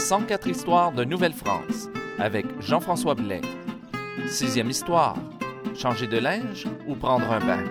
104 histoires de Nouvelle-France avec Jean-François Blais. 6e histoire, changer de linge ou prendre un bain?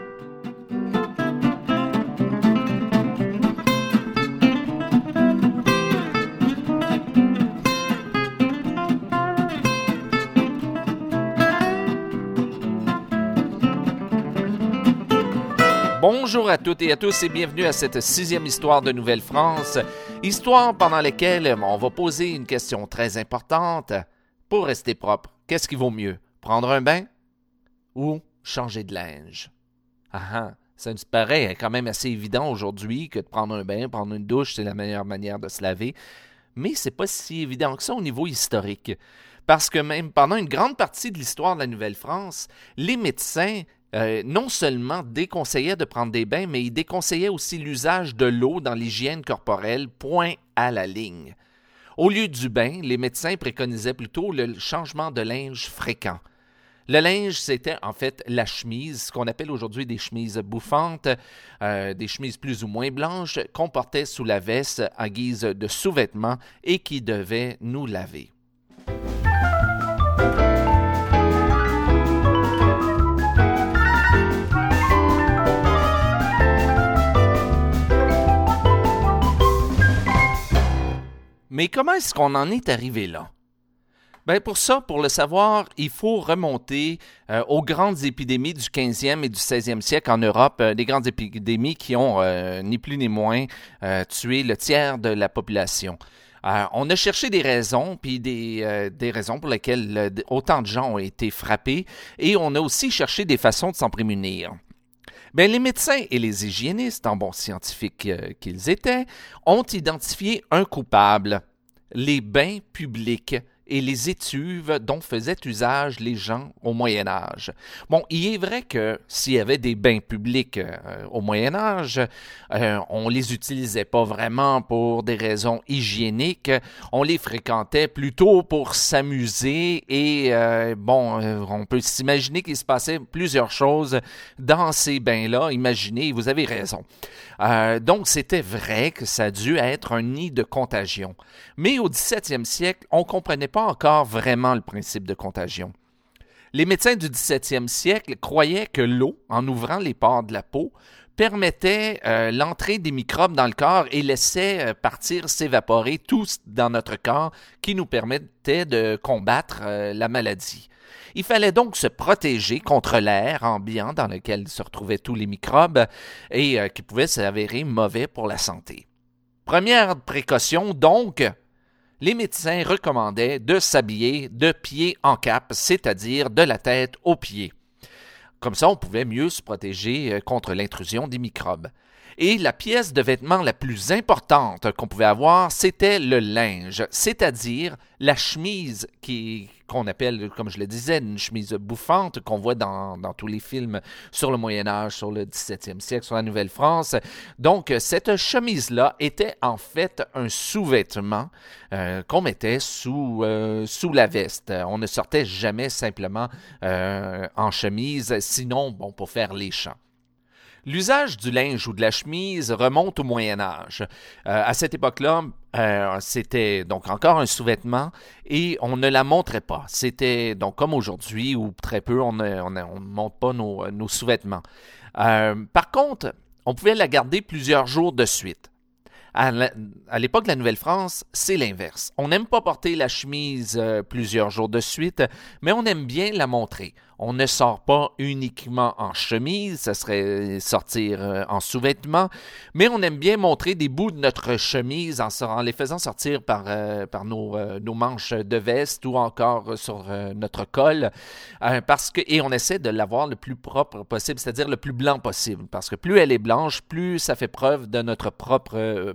Bonjour à toutes et à tous et bienvenue à cette 6e histoire de Nouvelle-France, histoire pendant laquelle on va poser une question très importante. Pour rester propre, qu'est-ce qui vaut mieux, prendre un bain ou changer de linge? Ça nous paraît quand même assez évident aujourd'hui que de prendre un bain, prendre une douche, c'est la meilleure manière de se laver. Mais c'est pas si évident que ça au niveau historique. Parce que même pendant une grande partie de l'histoire de la Nouvelle-France, les médecins non seulement déconseillaient de prendre des bains, mais ils déconseillaient aussi l'usage de l'eau dans l'hygiène corporelle, point à la ligne. Au lieu du bain, les médecins préconisaient plutôt le changement de linge fréquent. Le linge, c'était en fait la chemise, ce qu'on appelle aujourd'hui des chemises bouffantes, des chemises plus ou moins blanches, qu'on portait sous la veste en guise de sous-vêtements et qui devaient nous laver. Mais comment est-ce qu'on en est arrivé là? Bien, pour le savoir, il faut remonter aux grandes épidémies du 15e et du 16e siècle en Europe, des grandes épidémies qui ont, ni plus ni moins, tué le tiers de la population. On a cherché des raisons, puis des raisons pour lesquelles autant de gens ont été frappés, et on a aussi cherché des façons de s'en prémunir. Bien, les médecins et les hygiénistes, en bons scientifiques qu'ils étaient, ont identifié un coupable, les bains publics et les étuves dont faisaient usage les gens au Moyen Âge. Bon, il est vrai que s'il y avait des bains publics au Moyen Âge, on les utilisait pas vraiment pour des raisons hygiéniques, on les fréquentait plutôt pour s'amuser et on peut s'imaginer qu'il se passait plusieurs choses dans ces bains-là. Imaginez, vous avez raison. Donc, c'était vrai que ça a dû être un nid de contagion. Mais au 17e siècle, on ne comprenait pas encore vraiment le principe de contagion. Les médecins du 17e siècle croyaient que l'eau, en ouvrant les pores de la peau, permettait l'entrée des microbes dans le corps et laissait s'évaporer tout dans notre corps qui nous permettait de combattre la maladie. Il fallait donc se protéger contre l'air ambiant dans lequel se retrouvaient tous les microbes et qui pouvaient s'avérer mauvais pour la santé. Première précaution donc, les médecins recommandaient de s'habiller de pied en cap, c'est-à-dire de la tête aux pieds. Comme ça, on pouvait mieux se protéger contre l'intrusion des microbes. Et la pièce de vêtement la plus importante qu'on pouvait avoir, c'était le linge, c'est-à-dire la chemise qu'on appelle, comme je le disais, une chemise bouffante qu'on voit dans tous les films sur le Moyen Âge, sur le 17e siècle, sur la Nouvelle-France. Donc, cette chemise-là était en fait un sous-vêtement qu'on mettait sous la veste. On ne sortait jamais simplement en chemise, sinon, pour faire les chants. L'usage du linge ou de la chemise remonte au Moyen Âge. À cette époque-là, c'était donc encore un sous-vêtement et on ne la montrait pas. C'était donc comme aujourd'hui où très peu on ne monte pas nos sous-vêtements. Par contre, on pouvait la garder plusieurs jours de suite. À l'époque de la Nouvelle-France, c'est l'inverse. On n'aime pas porter la chemise plusieurs jours de suite, mais on aime bien la montrer. On ne sort pas uniquement en chemise, ça serait sortir en sous-vêtements, mais on aime bien montrer des bouts de notre chemise en les faisant sortir par nos manches de veste ou encore sur notre col, et on essaie de l'avoir le plus propre possible, c'est-à-dire le plus blanc possible, parce que plus elle est blanche, plus ça fait preuve de notre propre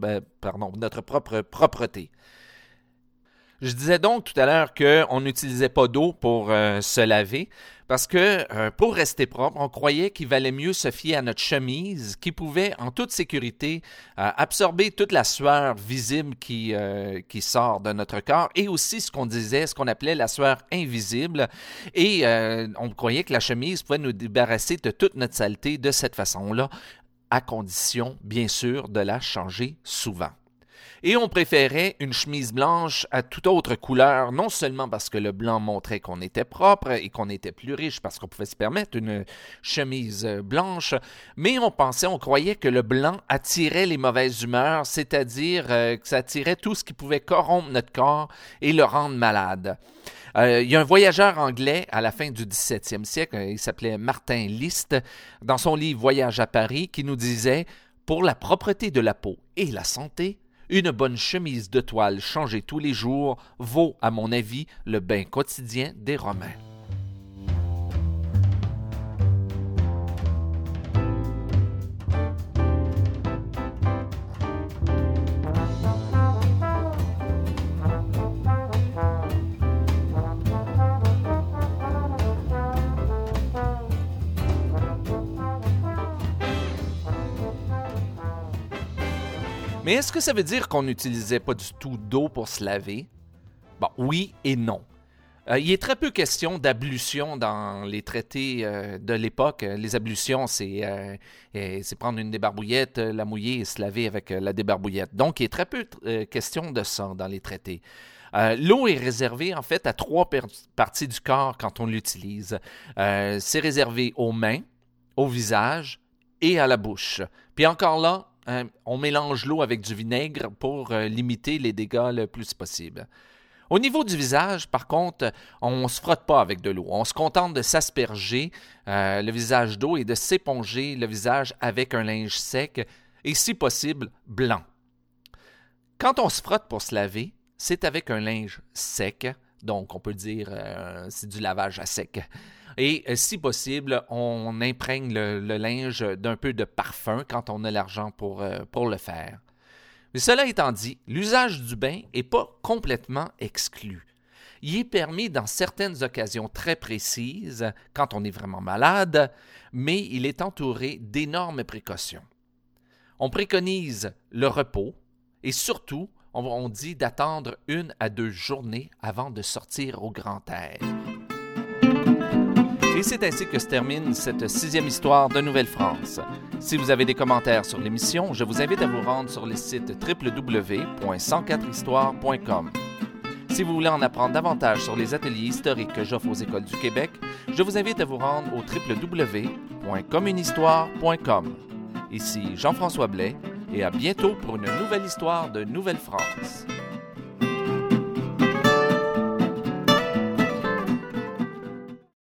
propreté. Je disais donc tout à l'heure qu'on n'utilisait pas d'eau pour se laver parce que pour rester propre, on croyait qu'il valait mieux se fier à notre chemise qui pouvait en toute sécurité absorber toute la sueur visible qui sort de notre corps et aussi ce qu'on appelait la sueur invisible et on croyait que la chemise pouvait nous débarrasser de toute notre saleté de cette façon-là à condition, bien sûr, de la changer souvent. Et on préférait une chemise blanche à toute autre couleur, non seulement parce que le blanc montrait qu'on était propre et qu'on était plus riche parce qu'on pouvait se permettre une chemise blanche, mais on croyait que le blanc attirait les mauvaises humeurs, c'est-à-dire que ça attirait tout ce qui pouvait corrompre notre corps et le rendre malade. Il y a un voyageur anglais à la fin du 17e siècle, il s'appelait Martin Liszt, dans son livre Voyage à Paris, qui nous disait « Pour la propreté de la peau et la santé, une bonne chemise de toile changée tous les jours vaut, à mon avis, le bain quotidien des Romains. » Mais est-ce que ça veut dire qu'on n'utilisait pas du tout d'eau pour se laver? Bon, oui et non. Il est très peu question d'ablution dans les traités de l'époque. Les ablutions, c'est prendre une débarbouillette, la mouiller et se laver avec la débarbouillette. Donc, il est très peu question de ça dans les traités. L'eau est réservée en fait à 3 parties du corps quand on l'utilise. C'est réservé aux mains, au visage et à la bouche. Puis encore là, on mélange l'eau avec du vinaigre pour limiter les dégâts le plus possible. Au niveau du visage, par contre, on ne se frotte pas avec de l'eau. On se contente de s'asperger le visage d'eau et de s'éponger le visage avec un linge sec et, si possible, blanc. Quand on se frotte pour se laver, c'est avec un linge sec, donc on peut dire c'est du lavage à sec. Et si possible, on imprègne le linge d'un peu de parfum quand on a l'argent pour le faire. Mais cela étant dit, l'usage du bain n'est pas complètement exclu. Il est permis dans certaines occasions très précises, quand on est vraiment malade, mais il est entouré d'énormes précautions. On préconise le repos et surtout, on dit d'attendre 1 à 2 journées avant de sortir au grand air. Et c'est ainsi que se termine cette 6e histoire de Nouvelle-France. Si vous avez des commentaires sur l'émission, je vous invite à vous rendre sur le site www.104histoire.com. Si vous voulez en apprendre davantage sur les ateliers historiques que j'offre aux écoles du Québec, je vous invite à vous rendre au www.comunehistoire.com. Ici Jean-François Blais et à bientôt pour une nouvelle histoire de Nouvelle-France.